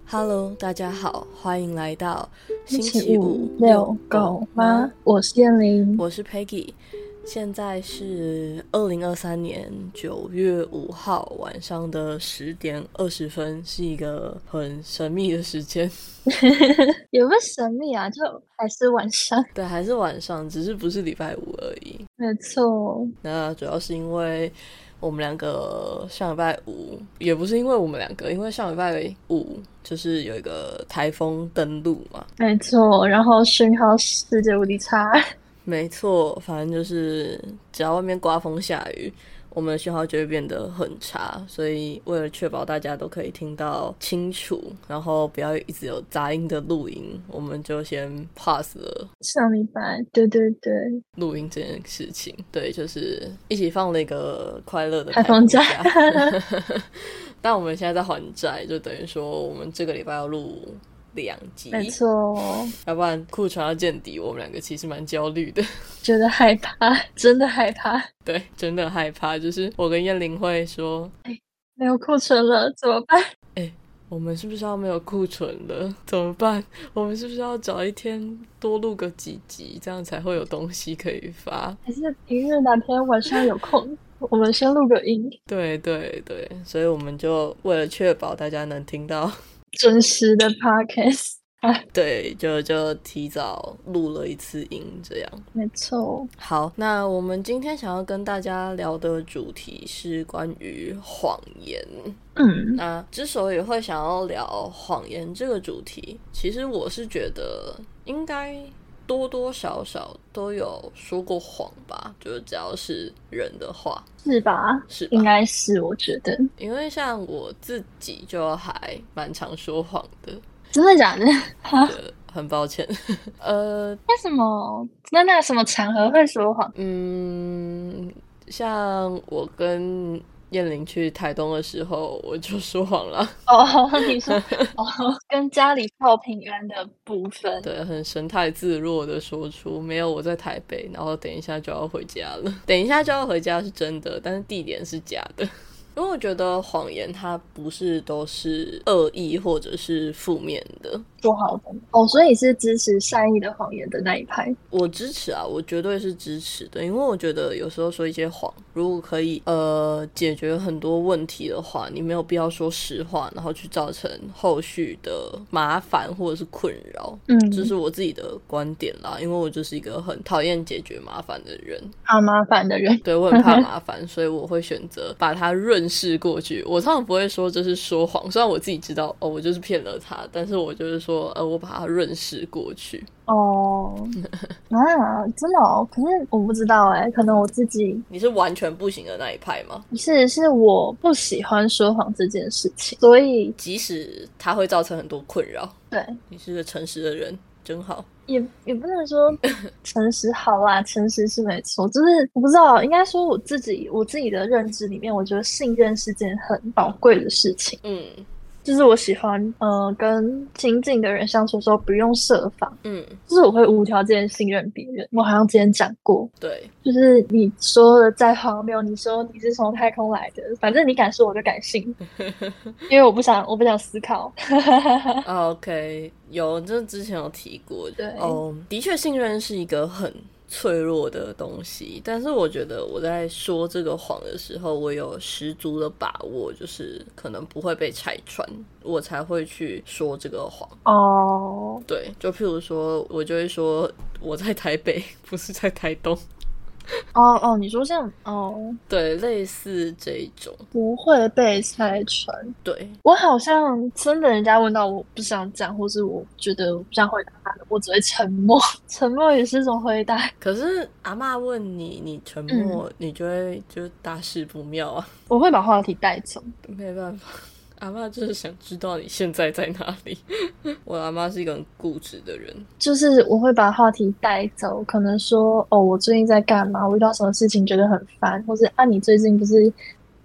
Hello，大家好，欢迎来到星期五遛狗吗？我是燕玲， 我是 Peggy。现在是2023年9月5号晚上的10点20分，是一个很神秘的时间。 有没有神秘啊？就还是晚上？ 对，还是晚上，只是不是礼拜五而已。 没错。 那主要是因为我们两个上礼拜五，也不是因为我们两个，因为上礼拜五就是有一个台风登陆嘛。 没错，然后讯号世界无敌差。 没错，反正就是只要外面刮风下雨，我们的讯号就会变得很差，所以为了确保大家都可以听到清楚，然后不要一直有杂音的录音，我们就先 pass 了上礼拜，对录音这件事情。对，就是一起放了一个快乐的台风假。 但我们现在在还债，就等于说我们这个礼拜要录2集， 没错， 要不然库存要见底，我们两个其实蛮焦虑的， 觉得害怕，真的害怕。 对，真的害怕。就是我跟燕玲会说， 没有库存了怎么办？ 我们是不是要没有库存了？怎么办？我们是不是要找一天多录个几集，这样才会有东西可以发？ 还是平日哪天晚上有空，我们先录个音？ 对，所以我们就为了确保大家能听到真实的 podcast， 对，就提早录了一次音，这样。 没错。 好，那我们今天想要跟大家聊的主题是关于谎言。那之所以会想要聊谎言这个主题，其实我是觉得应该多多少少都有说过谎吧，就是只要是人的话， 是吧？ 是吧？ 应该是，我觉得。 因为像我自己就还蛮常说谎的。 真的假的？ 很抱歉。 为什么？那什么场合会说谎？ 像我跟燕玲去台东的时候，我就说谎了。 你说跟家里报平安的部分。 对，很神态自若的说出没有，我在台北，然后等一下就要回家了。等一下就要回家是真的，但是地点是假的。因为我觉得谎言它不是都是恶意或者是负面的， 说好的所以是支持善意的谎言的那一派。 我支持啊，我绝对是支持的，因为我觉得有时候说一些谎，如果可以解决很多问题的话，你没有必要说实话，然后去造成后续的麻烦或者是困扰。这是我自己的观点啦，因为我就是一个很讨厌解决麻烦的人， 怕麻烦的人。 对，我很怕麻烦，所以我会选择把它润饰过去。我通常不会说这是说谎，虽然我自己知道我就是骗了他，但是我就是说我把它润饰过去。 真的可是我不知道可能我自己。 你是完全不行的那一派吗？ 是我不喜欢说谎这件事情，所以即使它会造成很多困扰， 对， 你是个诚实的人，真好。 也不能说诚实好啦，诚实是没错，就是我不知道，应该说我自己的认知里面，我觉得信任是件很宝贵的事情。就是我喜欢跟亲近的人相处的时候不用设防，就是我会无条件信任别人。我好像之前讲过，对，就是你说的再荒谬，你说你是从太空来的，反正你敢说我就敢信，因为我不想思考。 OK， 有，这之前有提过，对，的确信任是一个很脆弱的东西，但是我觉得我在说这个谎的时候，我有十足的把握，就是可能不会被拆穿，我才会去说这个谎。对，就譬如说我就会说我在台北，不是在台东。 你说像对，类似这种不会被拆穿。对，我好像真的人家问到我不想讲，或是我觉得我不想回答他的，我只会沉默。沉默也是一种回答。 可是阿嬷问你，你沉默，你就会就大事不妙啊。 我会把话题带走。 没办法，阿嬷就是想知道你现在在哪里。我阿嬷是一个很固执的人， 就是我会把话题带走，可能说我最近在干嘛，我遇到什么事情觉得很烦，或是你最近不是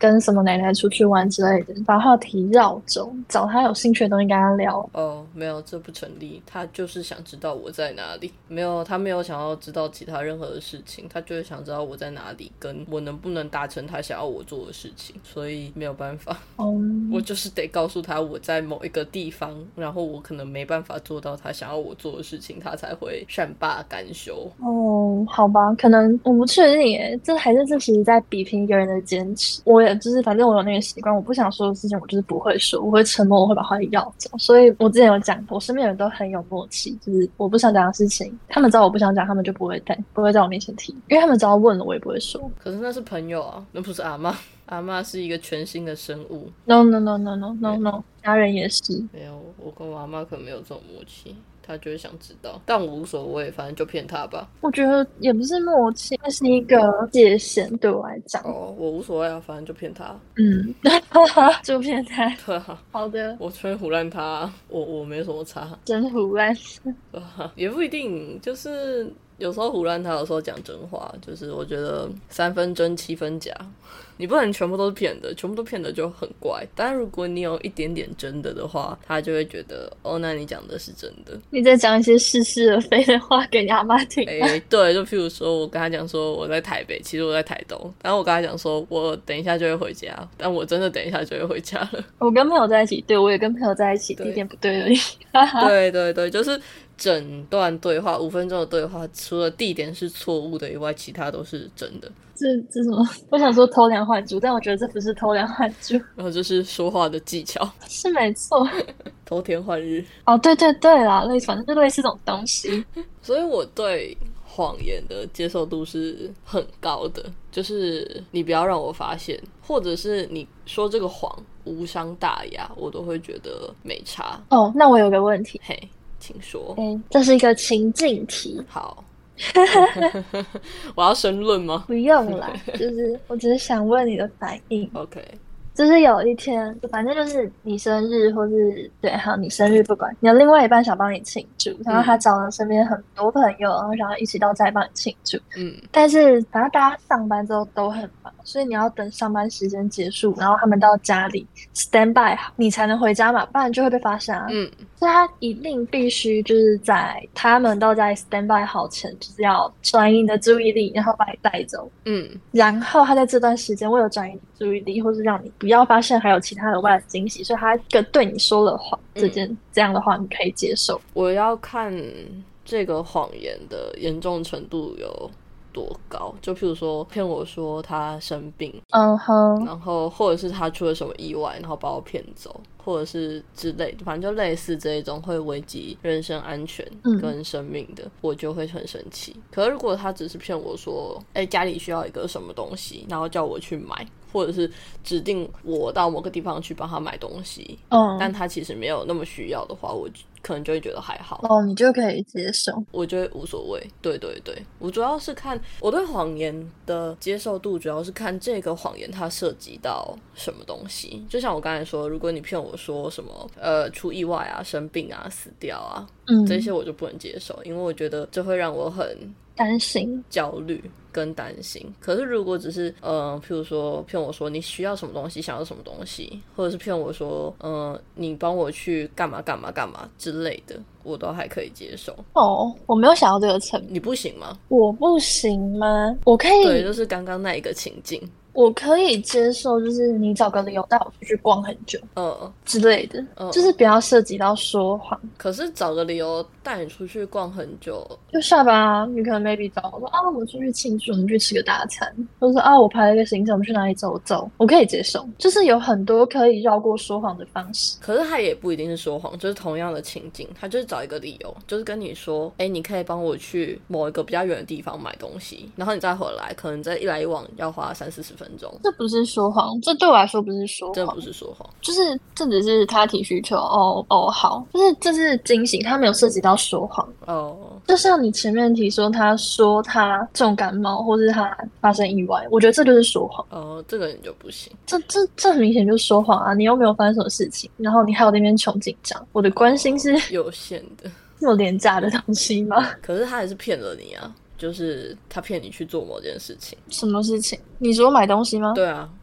跟什么奶奶出去玩之类的，把话题绕走，找他有兴趣的东西跟他聊。 哦，没有，这不成立。他就是想知道我在哪里，没有，他没有想要知道其他任何的事情，他就是想知道我在哪里，跟我能不能达成他想要我做的事情。所以没有办法，我就是得告诉他我在某一个地方，然后我可能没办法做到他想要我做的事情，他才会善罢甘休。 哦，好吧，可能我不确定耶，这其实在比拼一个人的坚持。我也就是反正我有那个习惯，我不想说的事情我就是不会说，我会沉默，我会把话题绕走。所以我之前有讲过，我身边的人都很有默契，就是我不想讲的事情，他们知道我不想讲，他们就不会在我面前提，因为他们只要问了我也不会说。 可是那是朋友啊，那不是阿嬷。阿嬷是一个全新的生物。 No no no no no no no， 家人也是。 没有，我跟我阿嬷可能没有这种默契，他就是想知道，但我无所谓，反正就骗他吧。 我觉得也不是默契，那是一个界限，对我来讲。 哦，我无所谓啊，反正就骗他。 就骗他。 对啊， 好的， 我吹胡乱他，我没什么差。 真胡乱。 也不一定，就是有时候胡乱他，有时候讲真话，就是我觉得3分真7分假，你不能全部都是骗的，全部都骗的就很怪。但如果你有一点点真的话，他就会觉得哦，那你讲的是真的。 你在讲一些似是而非的话给你阿妈听。 对，就譬如说我跟他讲说我在台北，其实我在台东，然后我跟他讲说我等一下就会回家，但我真的等一下就会回家了。 我跟朋友在一起，对，我也跟朋友在一起，地点不对而已。 对对对，就是整段对话5分钟的对话，除了地点是错误的以外，其他都是真的。 这什么？我想说偷梁换柱，但我觉得这不是偷梁换柱， 然后就是说话的技巧， 是没错。 偷天换日。 哦，对对对啦，反正就类似这种东西。 所以我对谎言的接受度是很高的，就是你不要让我发现，或者是你说这个谎无伤大雅，我都会觉得没差。 哦，那我有个问题， 嘿，请说。 这是一个情境题。 好。我要申论吗？ 不用啦，就是我只是想问你的反应。 OK， 就是有一天，反正就是你生日，或是对，好，你生日不管，你的另外一半想帮你庆祝，然后他找了身边很多朋友，然后想要一起到家里帮你庆祝。但是反正大家上班之后都很忙，所以你要等上班时间结束，然后他们到家里 stand by 好，你才能回家嘛，不然就会被发现啊。所以他一定必须就是在他们到家里 stand by 好前，就是要转移你的注意力，然后把你带走。然后他在这段时间为了转移你注意力，或是让你不要发现还有其他额外的惊喜，所以他对你说了谎，这样的话你可以接受。 我要看这个谎言的严重程度有多高，就譬如说骗我说他生病，然后或者是他出了什么意外，然后把我骗走，或者是之类的，反正就类似这一种会危及人身安全跟生命的，我就会很生气。可是如果他只是骗我说家里需要一个什么东西，然后叫我去买，或者是指定我到某个地方去帮他买东西，但他其实没有那么需要的话，我可能就会觉得还好。 你就可以接受。 我觉得无所谓。对对对，我主要是看我对谎言的接受度，主要是看这个谎言它涉及到什么东西。就像我刚才说，如果你骗我说什么出意外啊、生病啊、死掉啊，这些我就不能接受，因为我觉得这会让我很担心、 焦虑跟担心。可是如果只是譬如说骗我说你需要什么东西，想要什么东西，或者是骗我说你帮我去干嘛干嘛干嘛之类的，我都还可以接受。 我没有想到这个层面。 你不行吗？ 我不行吗？我可以。 对，就是刚刚那一个情境。 我可以接受，就是你找个理由带我出去逛很久，之类的，就是不要涉及到说谎。 可是找个理由带你出去逛很久， 就下班啊，你可能 maybe 找我说我们出去庆祝，我们去吃个大餐，或者说我排了一个行程，我们去哪里走走，我可以接受。就是有很多可以绕过说谎的方式。 可是他也不一定是说谎，就是同样的情境，他就是找一个理由，就是跟你说，你可以帮我去某一个比较远的地方买东西，然后你再回来，可能再一来一往要花30-40分钟。 这不是说谎，这对我来说不是说谎， 这不是说谎， 就是这只是他提需求。好，就是这是惊喜，他没有涉及到说谎。就像你前面提说，他说他重感冒，或是他发生意外，我觉得这就是说谎。 这个你就不行。 这很明显就是说谎啊！你又没有发生什么事情，然后你还有那边穷紧张。我的关心是有限的， 这么廉价的东西吗？ 可是他还是骗了你啊！就是他骗你去做某件事情。 什么事情？你说买东西吗？ 对啊，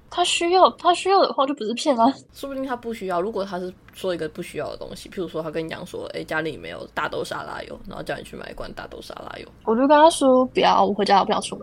他需要的话就不是骗啊。 说不定他不需要，如果他是说一个不需要的东西，譬如说他跟你讲说家里没有大豆沙拉油，然后叫你去买一罐大豆沙拉油， 我就跟他说不要，我回家我不要出门。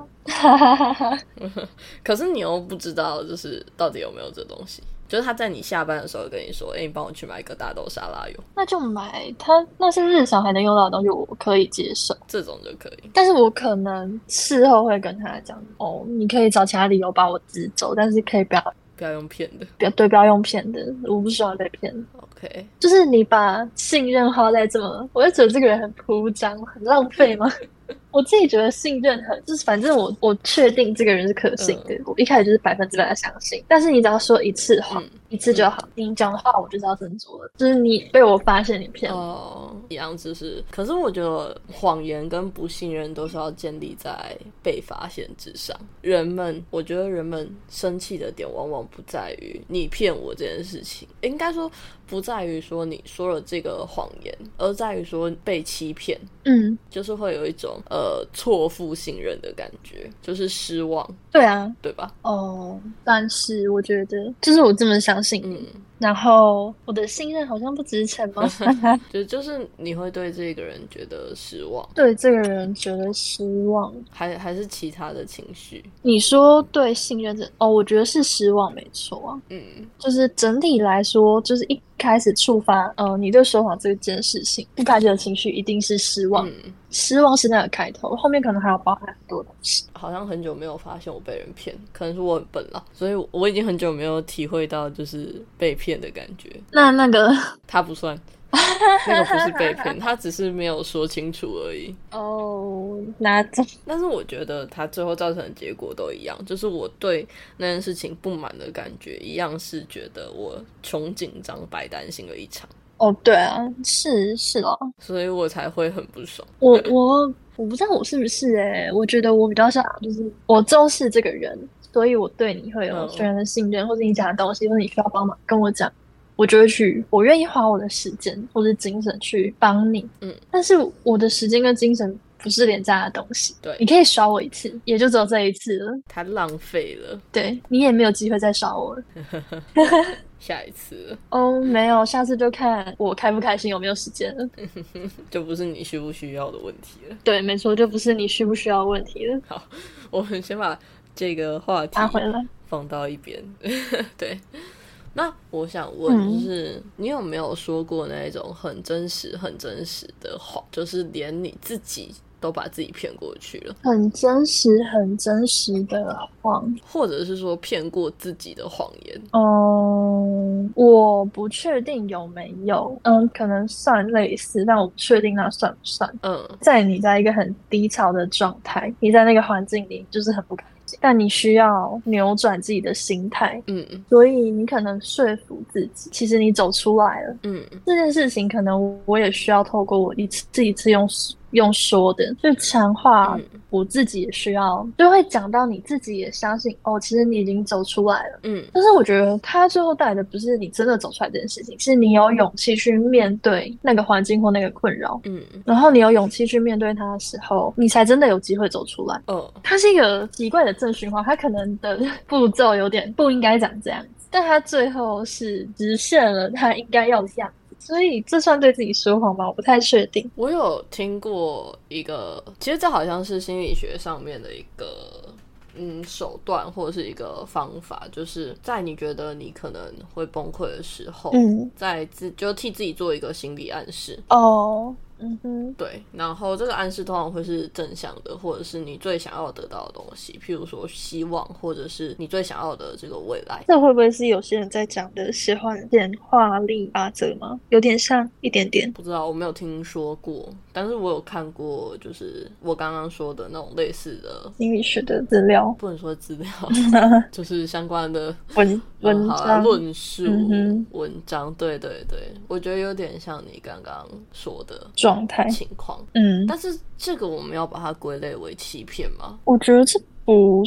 可是你又不知道就是到底有没有这东西，就是他在你下班的时候跟你说你帮我去买一个大豆沙拉油， 那就买，他那是日常还能用到的东西，我可以接受， 这种就可以。 但是我可能事后会跟他讲你可以找其他理由把我支走，但是可以不要用骗的， 不要用骗的，我不喜欢被骗。 OK， 就是你把信任花在这么，我就觉得这个人很铺张，很浪费吗？我自己觉得信任就是反正我确定这个人是可信的，我一开始就是100%的相信。但是你只要说一次话，一次就好。你讲的话我就是要斟酌了，就是你被我发现你骗我一样就是。可是我觉得谎言跟不信任都是要建立在被发现之上。我觉得人们生气的点往往不在于你骗我这件事情，应该说不在于说你说了这个谎言，而在于说被欺骗。就是会有一种错付信任的感觉，就是失望。 对啊， 对吧？ 但是我觉得就是我这么相信你，然后我的信任好像不值钱吗？ 就是你会对这个人觉得失望， 对这个人觉得失望， 还是其他的情绪？ 你说对信任我觉得是失望没错啊。就是整体来说，就是一开始触发你对说谎这件事情一开始的情绪一定是失望。失望是那个开头，后面可能还有包含很多东西。 好像很久没有发现我被人骗，可能是我很笨啦，所以我已经很久没有体会到就是被骗的感觉。 那个他不算，那个不是被骗，他只是没有说清楚而已。 那种。 但是我觉得他最后造成的结果都一样，就是我对那件事情不满的感觉一样，是觉得我穷紧张白担心了一场。 对啊，是啦， 所以我才会很不爽。 我不知道我是不是我觉得我比较像就是我重视这个人，所以我对你会有全然的信任，或者你讲的东西，或者你需要帮忙跟我讲，我就会我愿意花我的时间或者精神去帮你。但是我的时间跟精神不是廉价的东西。 对， 你可以刷我一次，也就只有这一次了。 太浪费了。 对，你也没有机会再刷我了。 下一次没有，下次就看我开不开心，有没有时间了。 就不是你需不需要的问题了。 对，没错，就不是你需不需要的问题了。 好，我们先把这个话题拿回来， 放到一边。对，那我想问，就是你有没有说过那种很真实的谎，就是连你自己都把自己骗过去了？ 很真实的谎， 或者是说骗过自己的谎言？ 我不确定有没有，可能算类似，但我不确定那算不算。在你在一个很低潮的状态，你在那个环境里就是很不开心，但你需要扭转自己的心态，所以你可能说服自己，其实你走出来了。这件事情可能我也需要透过我一次用说的去强化我自己，也需要就会讲到你自己也相信其实你已经走出来了。但是我觉得他最后带来的不是你真的走出来这件事情，是你有勇气去面对那个环境或那个困扰，然后你有勇气去面对它的时候，你才真的有机会走出来。它是一个奇怪的正循环，它可能的步骤有点不应该长这样子，但它最后是实现了它应该要的样子。所以这算对自己说谎吗？我不太确定。 我有听过一个，其实这好像是心理学上面的一个手段或者是一个方法，就是在你觉得你可能会崩溃的时候，就替自己做一个心理暗示。对，然后这个暗示通常会是正向的，或者是你最想要得到的东西，譬如说希望，或者是你最想要的这个未来。 这会不会是有些人在讲的显化力法则吗？有点像一点点。 不知道，我没有听说过，但是我有看过，就是我刚刚说的那种类似的心理学的资料， 不能说资料，就是相关的文章、 论述、文章。对对对，我觉得有点像你刚刚说的状态情况。但是这个我们要把它归类为欺骗吗？ 我觉得这不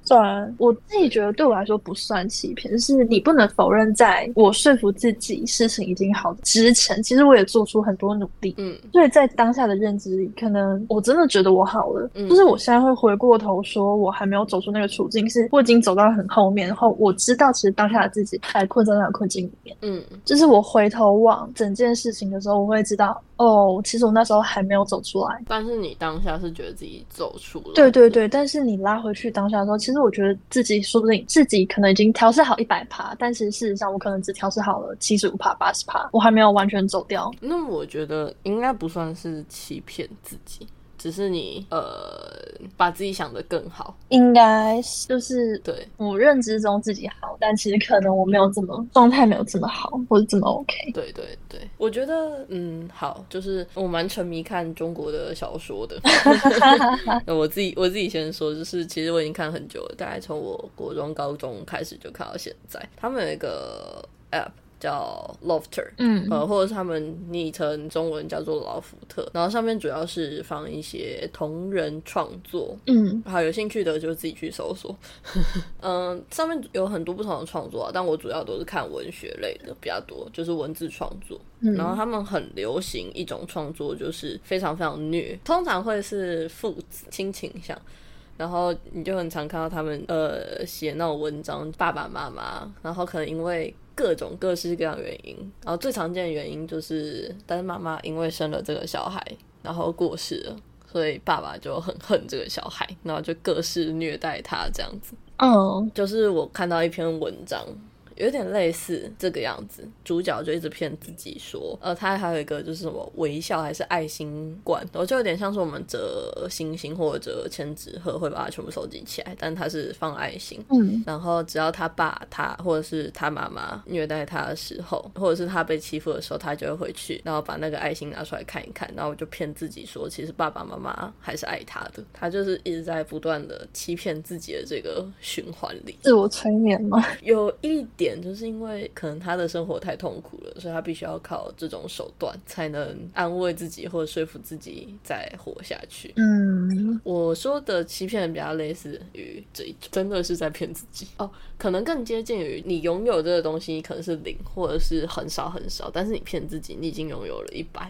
算，我自己觉得对我来说不算欺骗，就是你不能否认，在我说服自己事情已经好之前，其实我也做出很多努力。所以在当下的认知里，可能我真的觉得我好了，就是我现在会回过头说，我还没有走出那个处境，是我已经走到很后面，然后我知道其实当下的自己还困在那个困境里面。就是我回头望整件事情的时候，我会知道，哦，其实我那时候还没有走出来。 但是你当下是觉得自己走出了。 对对对，但是你拉回去当下的时候，其实我觉得自己说不定自己可能已经调试好100%，但是事实上我可能只调试好了75%、80%，我还没有完全走掉。 那我觉得应该不算是欺骗自己，只是你把自己想得更好， 应该就是对我认知中自己好，但其实可能我没有这么状态，没有这么好，或者这么 OK。 对对对，我觉得好，就是我蛮沉迷看中国的小说的。我自己先说，就是其实我已经看很久了，大概从我国中、高中开始就看到现在。他们有一个 app。叫 Lofter， 或者是他们昵称中文叫做老福特，然后上面主要是放一些同人创作，好，有兴趣的就自己去搜索。上面有很多不同的创作但我主要都是看文学类的比较多，就是文字创作。然后他们很流行一种创作，就是非常非常虐，通常会是父子亲情向。然后你就很常看到他们写那种文章，爸爸妈妈，然后可能因为各种各式各样的原因，然后最常见的原因就是，但是妈妈因为生了这个小孩，然后过世了，所以爸爸就很恨这个小孩，然后就各式虐待他这样子。就是我看到一篇文章。有点类似这个样子，主角就一直骗自己说，他还有一个就是什么微笑还是爱心罐，然后就有点像是我们折星星或者折千纸鹤会把它全部收集起来，但他是放爱心。然后只要他爸他或者是他妈妈虐待他的时候，或者是他被欺负的时候，他就会回去，然后把那个爱心拿出来看一看，然后我就骗自己说，其实爸爸妈妈还是爱他的。他就是一直在不断的欺骗自己的这个循环里， 自我催眠吗？ 有一点。就是因为可能他的生活太痛苦了，所以他必须要靠这种手段才能安慰自己或者说服自己再活下去。我说的欺骗比较类似于这一种，真的是在骗自己可能更接近于你拥有这个东西可能是0或者是很少很少，但是你骗自己你已经拥有了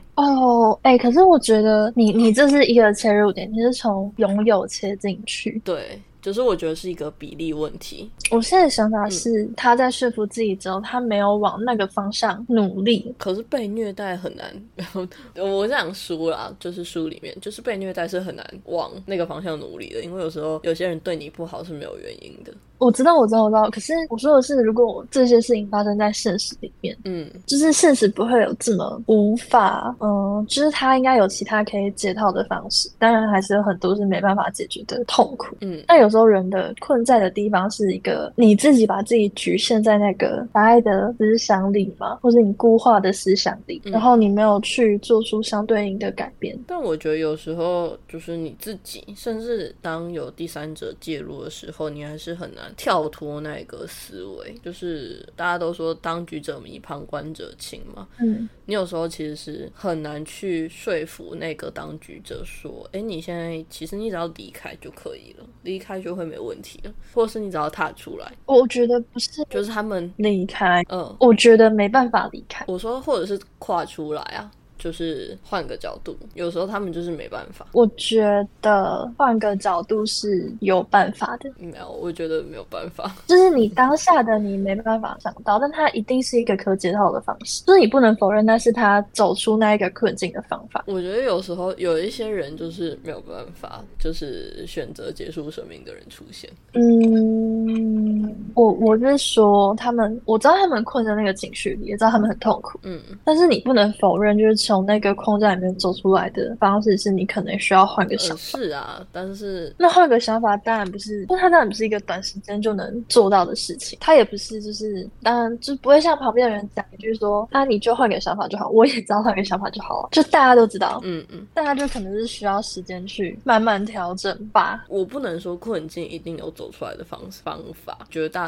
100。 可是我觉得你这是一个切入点，你是从拥有切进去。 对，就是我觉得是一个比例问题。 我现在的想法是，他在说服自己之后，他没有往那个方向努力。 可是被虐待很难，我讲书啦，就是书里面，就是被虐待是很难往那个方向努力的，因为有时候有些人对你不好是没有原因的。 我知道。可是我说的是，如果这些事情发生在现实里面，就是现实不会有这么无法，就是他应该有其他可以解套的方式。当然，还是有很多是没办法解决的痛苦。但有时候人的困在的地方是一个你自己把自己局限在那个狭隘的思想里嘛，或者你固化的思想里，然后你没有去做出相对应的改变。 但我觉得有时候就是你自己，甚至当有第三者介入的时候，你还是很难跳脱那个思维。就是大家都说当局者迷，旁观者清嘛。你有时候其实是很难去说服那个当局者说，你现在其实你只要离开就可以了，离开就会没问题了，或者是你只要踏出来。 我觉得不是， 就是他们离开，我觉得没办法离开。 我说或者是跨出来啊，就是换个角度，有时候他们就是没办法。 我觉得换个角度是有办法的。 没有，我觉得没有办法。 就是你当下的你没办法想到，但它一定是一个可解套的方式。就是你不能否认那是他走出那一个困境的方法。 我觉得有时候有一些人就是没有办法，就是选择结束生命的人出现。 我是说我知道他们困在那个情绪里，也知道他们很痛苦。但是你不能否认，就是从那个空间里面走出来的方式是你可能需要换个想法。 是啊，但是那换个想法当然不是，它当然不是一个短时间就能做到的事情。它也不是就是当然就不会像旁边的人讲一句说你就换个想法就好。我也知道换个想法就好了，就大家都知道。大家就可能是需要时间去慢慢调整吧。 我不能说困境一定有走出来的方法，觉得大家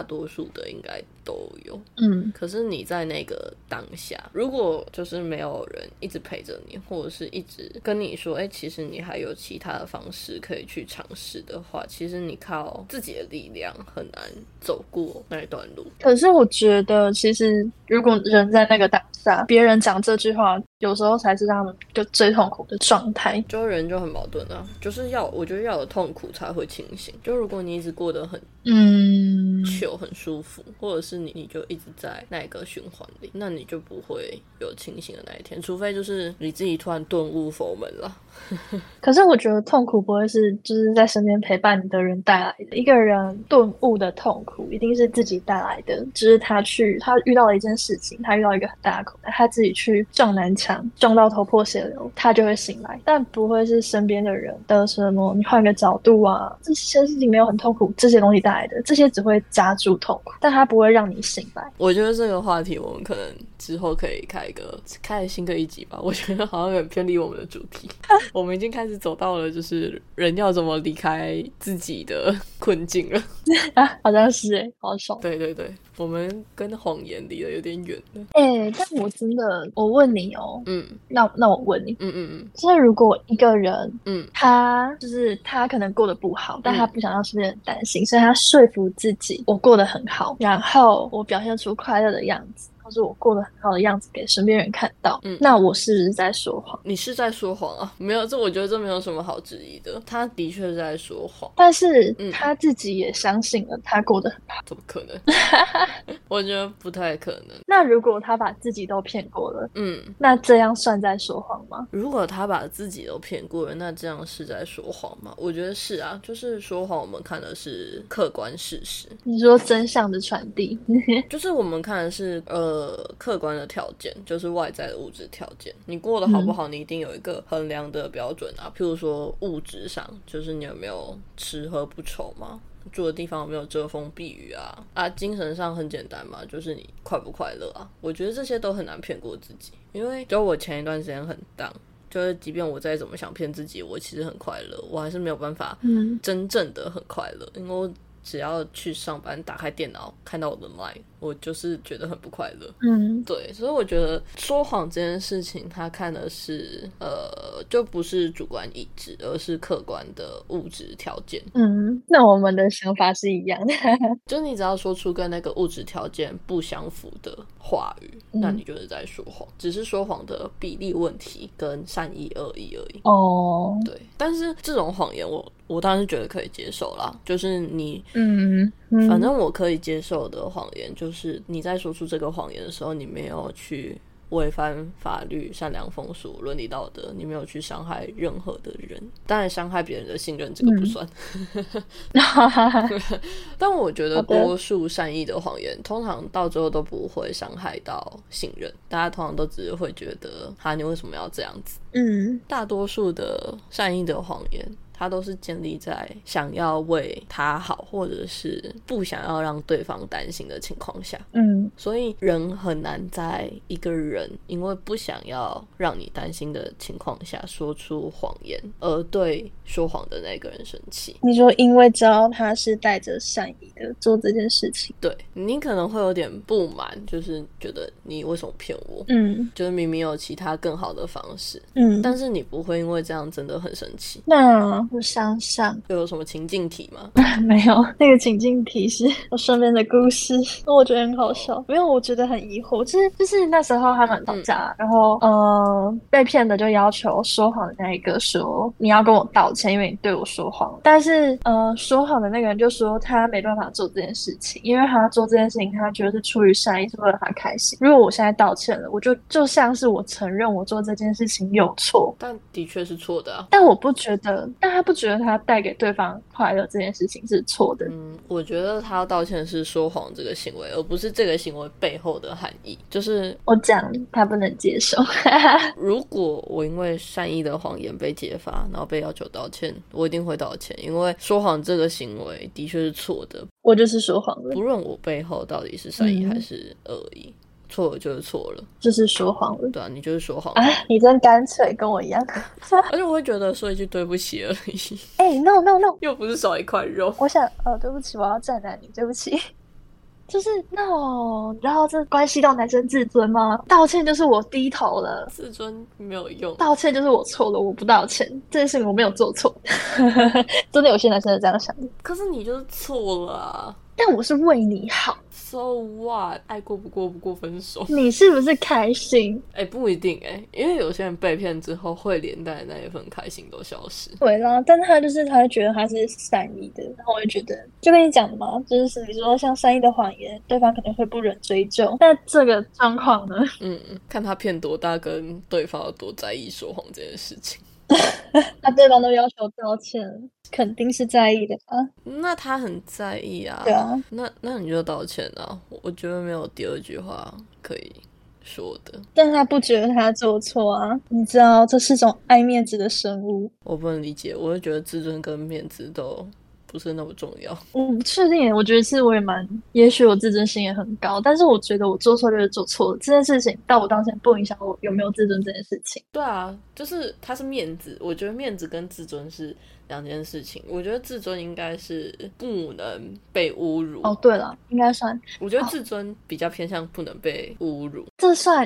大多数的应该都有。 可是你在那个当下，如果就是没有人一直陪着你，或者是一直跟你说其实你还有其他的方式可以去尝试的话，其实你靠自己的力量很难走过那一段路。 可是我觉得其实如果人在那个当下，别人讲这句话有时候才是让他们就最痛苦的状态。 就人就很矛盾啊，就是我觉得要有痛苦才会清醒。就如果你一直过得很糗很舒服，或者是你就一直在那个循环里，那你就不会有清醒的那一天，除非就是你自己突然顿悟佛门了。 可是我觉得痛苦不会是就是在身边陪伴你的人带来的，一个人顿悟的痛苦一定是自己带来的，就是他遇到了一件事情，他遇到一个很大的苦难，他自己去撞南墙，撞到头破血流，他就会醒来，但不会是身边的人的什么你换个角度啊，这些事情没有很痛苦，这些东西带来的，这些只会加注痛苦，但它不会让你醒来。 我觉得这个话题我们可能之后可以开新的一集吧，我觉得好像有点偏离我们的主题。我们已经开始走到了就是人要怎么离开自己的困境了。 好像是好爽。 对对对，我们跟谎言离得有点远了。 但我真的，我问你哦，那我问你，就是如果一个人，他可能过得不好，但他不想让身边人担心，所以他说服自己我过得很好，然后我表现出快乐的样子，或是我过得很好的样子给身边人看到，那我是不是在说谎？ 你是在说谎啊？没有，我觉得这没有什么好质疑的，他的确是在说谎， 但是他自己也相信了他过得很好。 怎么可能？我觉得不太可能。 那如果他把自己都骗过了，那这样算在说谎吗？ 如果他把自己都骗过了，那这样是在说谎吗？我觉得是啊，就是说谎我们看的是客观事实。 你说真相的传递。 就是我们看的是客观的条件，就是外在的物质条件，你过得好不好，你一定有一个衡量的标准啊。譬如说物质上，就是你有没有吃喝不愁嘛，住的地方有没有遮风避雨啊，精神上很简单嘛，就是你快不快乐啊。我觉得这些都很难骗过自己，因为就我前一段时间很down，就是即便我再怎么想骗自己我其实很快乐，我还是没有办法真正的很快乐，因为我只要去上班打开电脑看到我的 line， 我就是觉得很不快乐。对，所以我觉得说谎这件事情它看的是就不是主观意志，而是客观的物质条件。 那我们的想法是一样的。 就是你只要说出跟那个物质条件不相符的话语，那你就是在说谎，只是说谎的比例问题跟善意恶意而已。对，但是这种谎言我当然是觉得可以接受啦，就是你反正我可以接受的谎言就是你在说出这个谎言的时候，你没有去违反法律、善良风俗、伦理道德，你没有去伤害任何的人。当然伤害别人的信任这个不算。但我觉得多数善意的谎言通常到最后都不会伤害到信任，大家通常都只是会觉得你为什么要这样子。大多数的善意的谎言它都是建立在想要为他好，或者是不想要让对方担心的情况下。所以人很难在一个人因为不想要让你担心的情况下说出谎言，而对说谎的那个人生气。 你说因为知道他是带着善意的做这件事情， 对，你可能会有点不满，就是觉得你为什么骗我？就是明明有其他更好的方式。但是你不会因为这样真的很生气。 那我想想， 有什么情境题吗？ 没有，那个情境题是我身边的故事，我觉得很好笑。没有，我觉得很疑惑，就是那时候他们吵架，然后被骗的就要求说谎的那一个说你要跟我道歉，因为你对我说谎。但是说谎的那个人就说他没办法做这件事情，因为他做这件事情他觉得是出于善意，是为了他开心。如果我现在道歉了，我就像是我承认我做这件事情有错， 但的确是错的啊。 但我不觉得，但他不觉得他带给对方快乐这件事情是错的。 我觉得他要道歉是说谎这个行为，而不是这个行为背后的含义。就是我讲他不能接受。 如果我因为善意的谎言被揭发，然后被要求道歉，我一定会道歉，因为说谎这个行为的确是错的。 我就是说谎了， 不论我背后到底是善意还是恶意。错了就是错了， 就是说谎了。 对啊，你就是说谎啊！你真干脆，跟我一样。 而且我会觉得说一句对不起而已。 No， 又不是少一块肉。 我想，对不起，我要站在你，对不起。 就是那种，然后这关系到男生自尊吗？道歉就是我低头了， 自尊没有用， 道歉就是我错了，我不道歉，这件事情我没有做错。真的有些男生是这样想的， 可是你就是错了啊。 但我是为你好。 So what？ 爱过不过，不过分手。 你是不是开心？ 不一定因为有些人被骗之后会连带那一份开心都消失。 对啦，但他会觉得他是善意的，然后我就觉得，就跟你讲的嘛，就是你说像善意的谎言，对方可能会不忍追究。但这个状况呢？ 看他骗多大，跟对方有多在意说谎这件事情。 他对方都要求道歉，肯定是在意的啊。 那他很在意啊。 对啊。 那你就道歉啊。我觉得没有第二句话可以说的。 但他不觉得他做错啊。你知道这是种爱面子的生物。 我不能理解，我就觉得自尊跟面子都不是那么重要。 我不确定，我觉得是我也也许我自尊心也很高，但是我觉得我做错就是做错了，这件事情到我当前不影响我有没有自尊这件事情。 对啊，就是它是面子，我觉得面子跟自尊是两件事情。我觉得自尊应该是不能被侮辱。 哦，对了，应该算。 我觉得自尊比较偏向不能被侮辱， 这算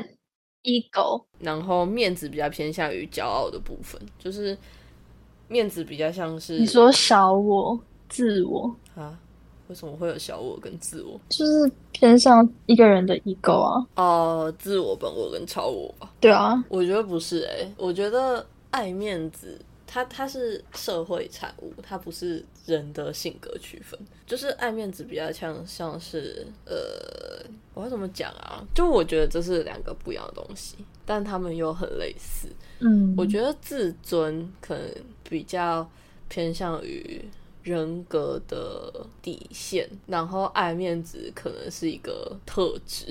ego。 然后面子比较偏向于骄傲的部分，就是面子比较像是你说小我。自我啊？为什么会有小我跟自我？ 就是偏向一个人的 ego 啊。自我、本我跟超我吧。 对啊， 我觉得不是我觉得爱面子它是社会产物，它不是人的性格区分。就是爱面子比较像是我要怎么讲啊？就我觉得这是两个不一样的东西，但他们又很类似。我觉得自尊可能比较偏向于人格的底线，然后爱面子可能是一个特质。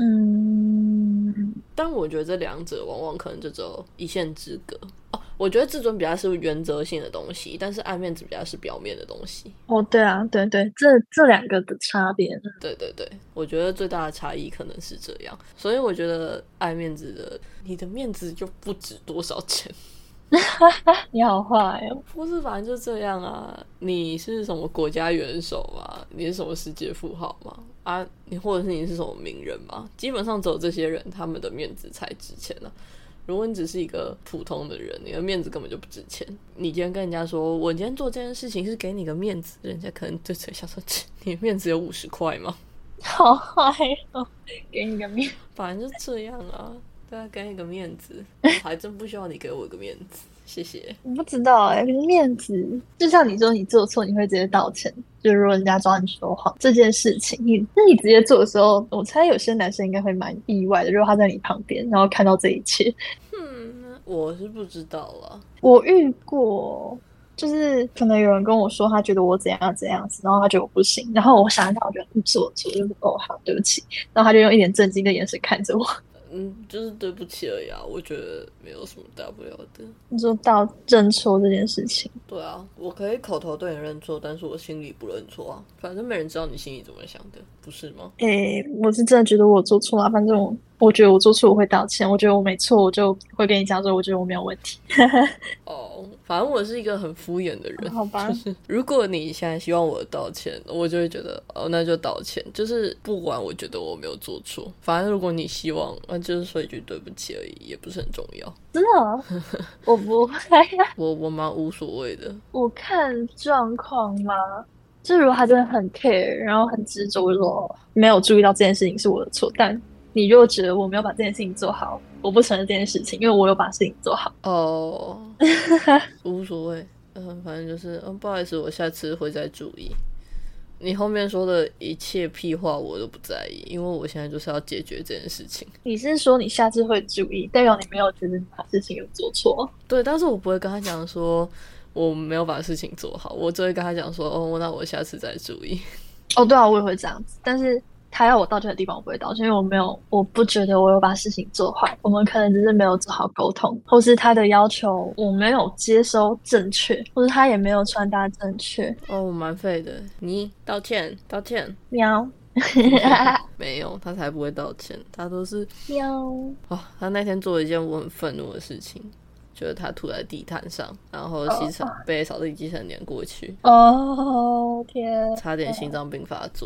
但我觉得这两者往往可能就只有一线之隔。我觉得自尊比较是原则性的东西，但是爱面子比较是表面的东西。 对啊，对对，这两个的差别。 对对对，我觉得最大的差异可能是这样。所以我觉得爱面子的，你的面子就不值多少钱。 你好坏哦！ 不是，反正就这样啊。你是什么国家元首吗？你是什么世界富豪吗？你或者是你是什么名人吗？基本上只有这些人，他们的面子才值钱啊。如果你只是一个普通的人，你的面子根本就不值钱。你今天跟人家说我今天做这件事情是给你个面子，人家可能就只想说你的面子有50块吗？ 好坏哦，给你个面， 反正就这样啊。对啊，给你个面子，我还真不需要你给我一个面子，谢谢。 我不知道可是面子就像你说，你做错你会直接道歉，就如果人家抓你说谎这件事情，你直接做的时候，我猜有些男生应该会蛮意外的，如果他在你旁边，然后看到这一切。 我是不知道啦。 我遇过，就是可能有人跟我说他觉得我怎样怎样子，然后他觉得我不行，然后我想一想，我觉得是我错，就是好，对不起，然后他就用一脸震惊的眼神看着我。 就是对不起而已啊，我觉得没有什么大不了的。 你说到认错这件事情， 对啊，我可以口头对你认错，但是我心里不认错啊，反正没人知道你心里怎么想的，不是吗？ 我是真的觉得我做错了，反正我觉得我做错我会道歉，我觉得我没错我就会跟你讲说我觉得我没有问题。 反正我是一个很敷衍的人。 好吧， 就是如果你现在希望我道歉，我就会觉得那就道歉，就是不管我觉得我没有做错，反正如果你希望就是说一句对不起而已，也不是很重要。 真的我不会我蛮无所谓的。 我看状况吗？就如果他真的很 care， 然后很执着说没有注意到这件事情是我的错，但你如果觉得我没有把这件事情做好，我不承认这件事情，因为我有把事情做好。 无所谓。反正就是不好意思，我下次会再注意。你后面说的一切屁话我都不在意，因为我现在就是要解决这件事情。 你是说你下次会注意，代表你没有觉得你把事情有做错？ 对，但是我不会跟他讲说我没有把事情做好，我只会跟他讲说那我下次再注意。 对啊，我也会这样子，但是他要我道歉的地方我不会道歉，因为我不觉得我有把事情做好，我们可能只是没有做好沟通，或是他的要求我没有接收正确，或是他也没有传达正确。 我蛮废的，你道歉喵。 没有，他才不会道歉，他都是喵。 他那天做了一件我很愤怒的事情，就是他吐在地毯上，然后被扫地机器人碾过去。 天， 差点心脏病发作。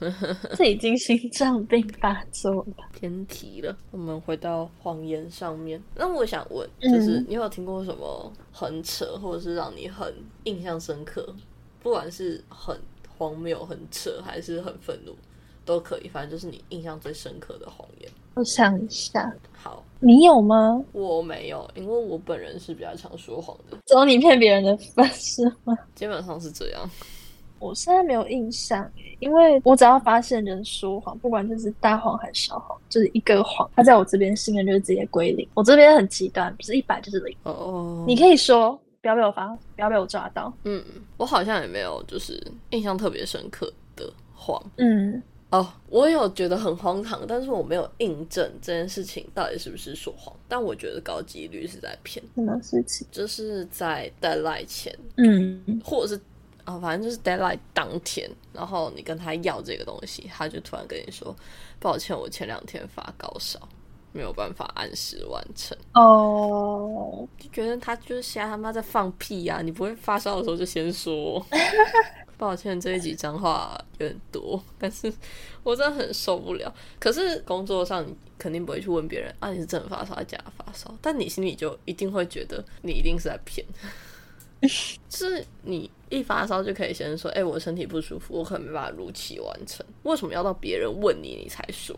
这已经心脏病发作了。 偏题了，我们回到谎言上面。那我想问，就是你有听过什么很扯，或者是让你很印象深刻，不管是很荒谬、很扯，还是很愤怒，都可以，反正就是你印象最深刻的谎言。 我想一下， 好， 你有吗？ 我没有，因为我本人是比较常说谎的。 只有你骗别人的方式吗？ 基本上是这样。 我现在没有印象耶，因为我只要发现人说谎，不管这是大谎还是小谎，就是一个谎，他在我这边信任就是直接归零。我这边很极端，不是100就是0。 哦， 你可以说不要被我抓到。 我好像也没有就是印象特别深刻的谎。我有觉得很荒唐，但是我没有印证这件事情到底是不是说谎，但我觉得高几率是在骗。 什么事情？ 就是在 deadline 前，或者是反正就是 deadline 当天，然后你跟他要这个东西，他就突然跟你说抱歉，我前2天发高烧，没有办法按时完成。就觉得他就是瞎他妈在放屁啊，你不会发烧的时候就先说抱歉，这一集脏话有点多，但是我真的很受不了。可是工作上你肯定不会去问别人你是真的发烧还是假的发烧，但你心里就一定会觉得你一定是在骗就是你一发烧就可以先说我身体不舒服，我可能没办法如期完成，为什么要到别人问你才说？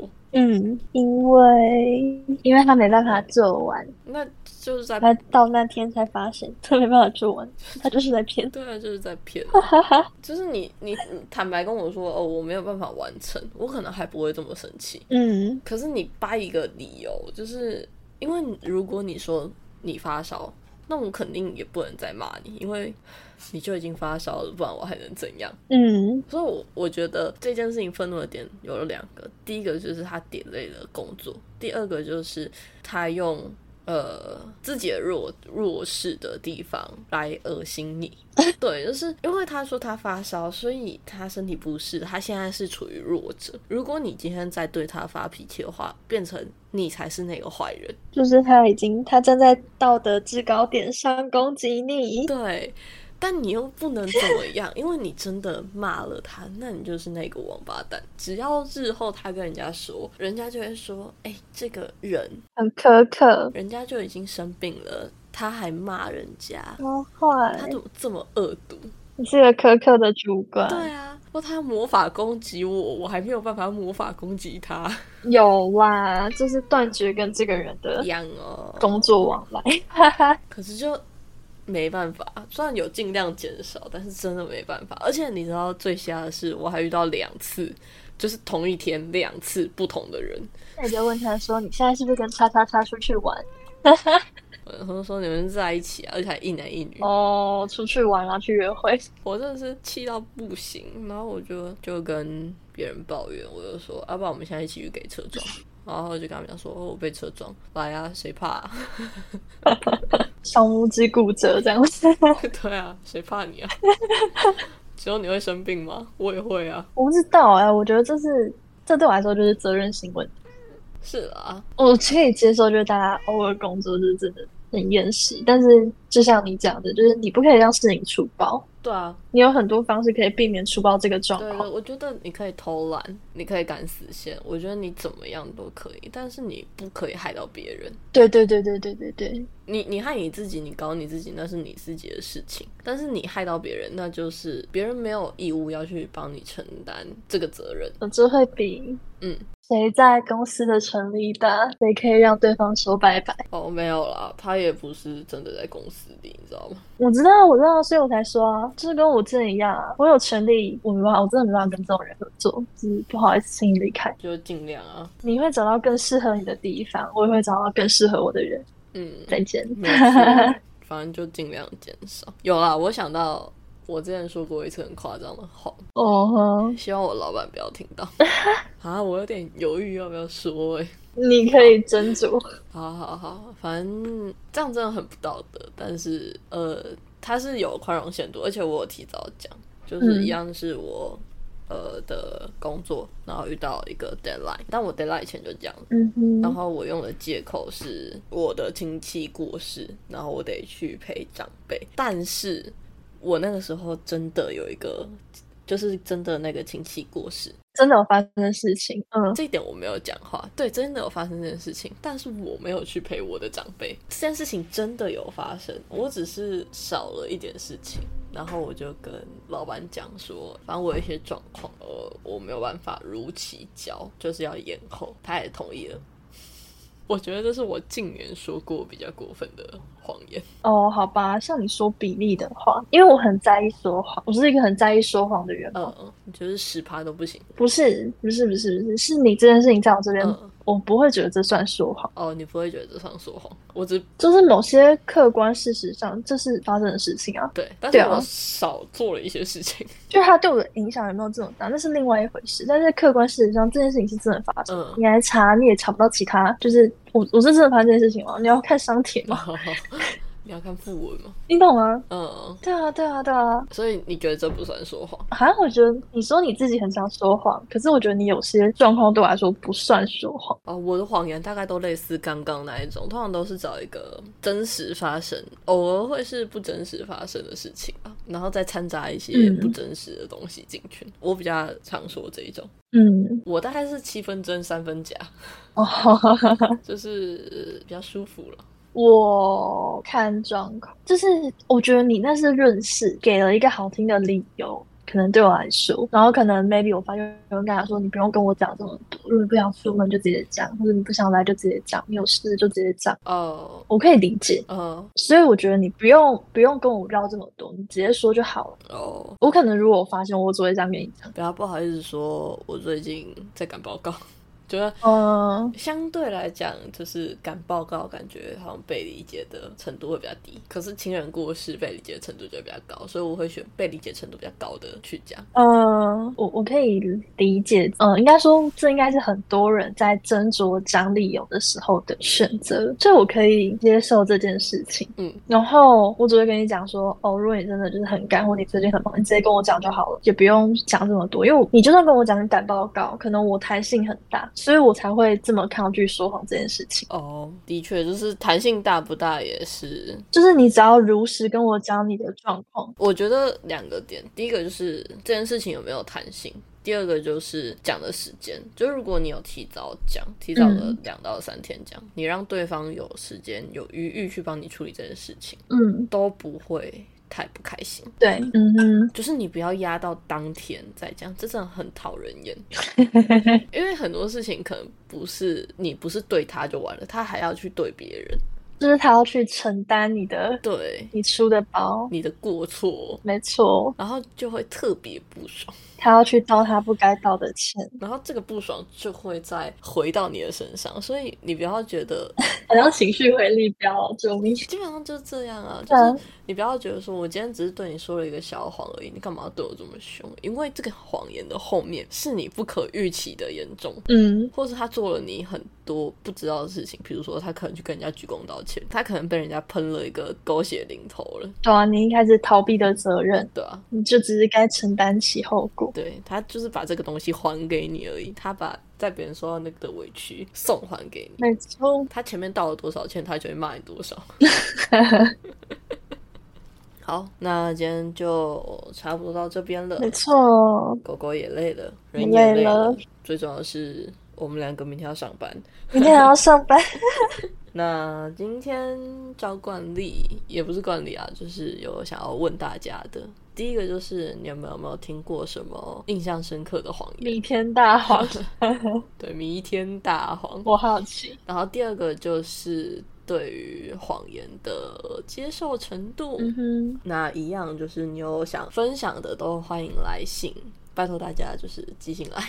因为他没办法做完， 那就是在他到那天才发现他没办法做完，他就是在骗。 对啊，就是在骗就是你坦白跟我说我没有办法完成，我可能还不会这么生气。可是你掰一个理由，就是因为如果你说你发烧，那我肯定也不能再骂你，因为你就已经发烧了，不然我还能怎样？所以我觉得这件事情愤怒的点有了2个，第一个就是他delay了工作，第二个就是他用自己的弱势的地方来恶心你。对，就是因为他说他发烧，所以他身体不适，他现在是处于弱者。如果你今天再对他发脾气的话，变成你才是那个坏人， 就是他站在道德制高点上攻击你。 对，但你又不能怎么样，因为你真的骂了他，那你就是那个王八蛋。只要日后他跟人家说，人家就会说这个人很苛刻， 人家就已经生病了，他还骂人家， 好坏， 他怎么这么恶毒？ 你是个苛刻的主管。 对啊，或他魔法攻击我还没有办法魔法攻击他。 有啦，就是断绝跟这个人的工作往来。 可是就没办法，虽然有尽量减少，但是真的没办法。而且你知道最瞎的是，我还遇到2次，就是同一天2次不同的人。 那你就问他说：“你现在是不是跟叉叉叉出去玩？” 我说你们在一起而且还一男一女。 出去玩啊，去约会。 我真的是气到不行，然后我就跟别人抱怨，我就说要不然我们现在一起去给车撞。然后就跟他们讲说我被车撞，来啊，谁怕小拇指骨折这样子。 对啊，谁怕你啊只有你会生病吗？我也会啊。 我不知道我觉得这对我来说就是责任心问题。 是啊， 我可以接受，就是大家偶尔工作是真的很厌世，但是就像你讲的，就是你不可以让事情出包。 对啊， 你有很多方式可以避免出包这个状况。 对，我觉得你可以偷懒，你可以赶死线，我觉得你怎么样都可以，但是你不可以害到别人。 对， 你害你自己，你搞你自己，那是你自己的事情，但是你害到别人，那就是别人没有义务要去帮你承担这个责任。 这会比谁在公司的成立大，谁可以让对方说拜拜。 没有啦，他也不是真的在公司里，你知道吗？ 我知道，所以我才说就是跟我之前一样我有权利，我真的没办法跟这种人合作，就是不好意思轻易离开。 就尽量啊，你会找到更适合你的地方，我也会找到更适合我的人。再见。 没错反正就尽量减少。有啦，我想到我之前说过一次很夸张的话希望我老板不要听到我有点犹豫要不要说你可以斟酌。 好，反正这样真的很不道德，但是他是有宽容限度，而且我有提早讲，就是一样是我的工作，然后遇到一个 deadline， 但我 deadline 前就讲然后我用的借口是我的亲戚过世，然后我得去陪长辈，但是我那个时候真的有一个就是真的那个亲戚过世， 真的有发生的事情。 这一点我没有讲话。对，真的有发生这件事情，但是我没有去陪我的长辈。这件事情真的有发生，我只是少了一点事情，然后我就跟老板讲说，反正我有一些状况，我没有办法如期交，就是要延后，他也同意了。我觉得这是我近年说过比较过分的谎言。 好吧，像你说比例的话，因为我很在意说谎，我是一个很在意说谎的人。 你觉得10%都不行？ 不是，是你这件事情在我这边，我不会觉得这算说谎。 你不会觉得这算说谎？ 就是某些客观事实上这是发生的事情啊。 对，但是我少做了一些事情， 就是它对我的影响有没有这么大，那是另外一回事。但是客观事实上这件事情是真的发生，你来查你也查不到其他，就是我是真的发生这件事情吗？你要看商帖吗？ 你要看副文吗？ 你懂吗？对啊。所以你觉得这不算说谎？ 我觉得你说你自己很常说谎，可是我觉得你有些状况对我来说不算说谎。 我的谎言大概都类似刚刚那一种，通常都是找一个真实发生，偶尔会是不真实发生的事情吧，然后再掺杂一些不真实的东西进去。我比较常说这一种。我大概是7分真3分假，就是比较舒服了。 我看状况，就是我觉得你那是润饰，给了一个好听的理由，可能对我来说，然后可能 maybe 我发现有人跟他说，你不用跟我讲这么多，如果你不想出门就直接讲，或者你不想来就直接讲，你有事就直接讲。我可以理解。所以我觉得你不用跟我绕这么多，你直接说就好了。我可能如果我发现我只会这样跟你讲， 不要不好意思说我最近在赶报告。觉得相对来讲，就是赶报告，感觉好像被理解的程度会比较低。可是亲人过世，被理解的程度就会比较高，所以我会选被理解程度比较高的去讲。 我可以理解。应该说这应该是很多人在斟酌讲理由的时候的选择，所以我可以接受这件事情。然后我只会跟你讲说，如果你真的就是很赶，或你最近很忙，你直接跟我讲就好了，也不用讲这么多。因为你就算跟我讲你赶报告，可能我弹性很大。所以我才会这么抗拒说谎这件事情。 的确，就是弹性大不大也是， 就是你只要如实跟我讲你的状况。 我觉得2个点，第一个就是这件事情有没有弹性，第二个就是讲的时间。就如果你有提早讲，提早了2到3天讲，你让对方有时间有余裕去帮你处理这件事情，都不会太不开心。 对， 就是你不要压到当天再讲，这真的很讨人厌。因为很多事情可能不是对他就完了，他还要去对别人， 就是他要去承担你的， 对， 你出的包， 你的过错， 没错， 然后就会特别不爽。 他要去道他不该道的歉， 然后这个不爽就会再回到你的身上，所以你不要觉得好像情绪回力镖，救命！ 基本上就是这样啊，就是你不要觉得说我今天只是对你说了一个小谎而已，你干嘛要对我这么凶？因为这个谎言的后面是你不可预期的严重，或是他做了你很多不知道的事情，比如说他可能去跟人家鞠躬道歉，他可能被人家喷了一个狗血淋头了。 对啊，你一开始逃避的责任， 对啊， 你就只是该承担起后果。 对，他就是把这个东西还给你而已，他把在别人受到那个的委屈送还给你。 没错， 他前面道了多少歉，他就会骂你多少。好，那今天就差不多到这边了。 没错， 狗狗也累了，人也累了，最重要的是我们2个明天要上班。 明天还要上班。 那今天照惯例，也不是惯例啊，就是有想要问大家的。第一个就是你有没有听过什么印象深刻的谎言？ 弥天大谎。 对，弥天大谎， 我好奇。 然后第二个就是对于谎言的接受程度。那一样就是你有想分享的都欢迎来信，拜托大家就是寄信来。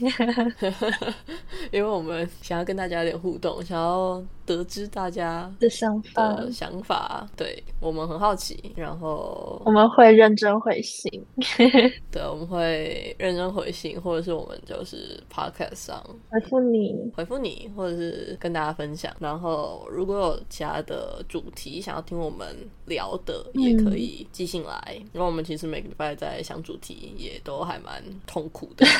因为我们想要跟大家有点互动，想要得知大家的想法，对，我们很好奇，然后我们会认真回信。 对，我们会认真回信，或者是我们就是 podcast 上回复你， 或者是跟大家分享。然后如果有其他的主题想要听我们聊的，也可以寄信来。因为我们其实每个礼拜在想主题，也都还蛮痛苦的。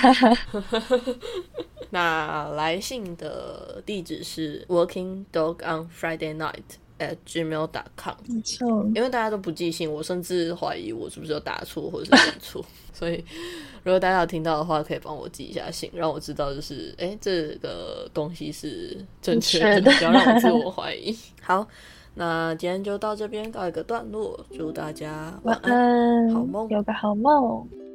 那来信的地址是 working dog on Friday night @gmail.com。 没错， 因为大家都不寄信，我甚至怀疑我是不是有打错或者是念错所以如果大家有听到的话，可以帮我寄一下信，让我知道就是这个东西是正确的，不要让我自我怀疑好，那今天就到这边告一个段落，祝大家晚安，好梦， 有个好梦。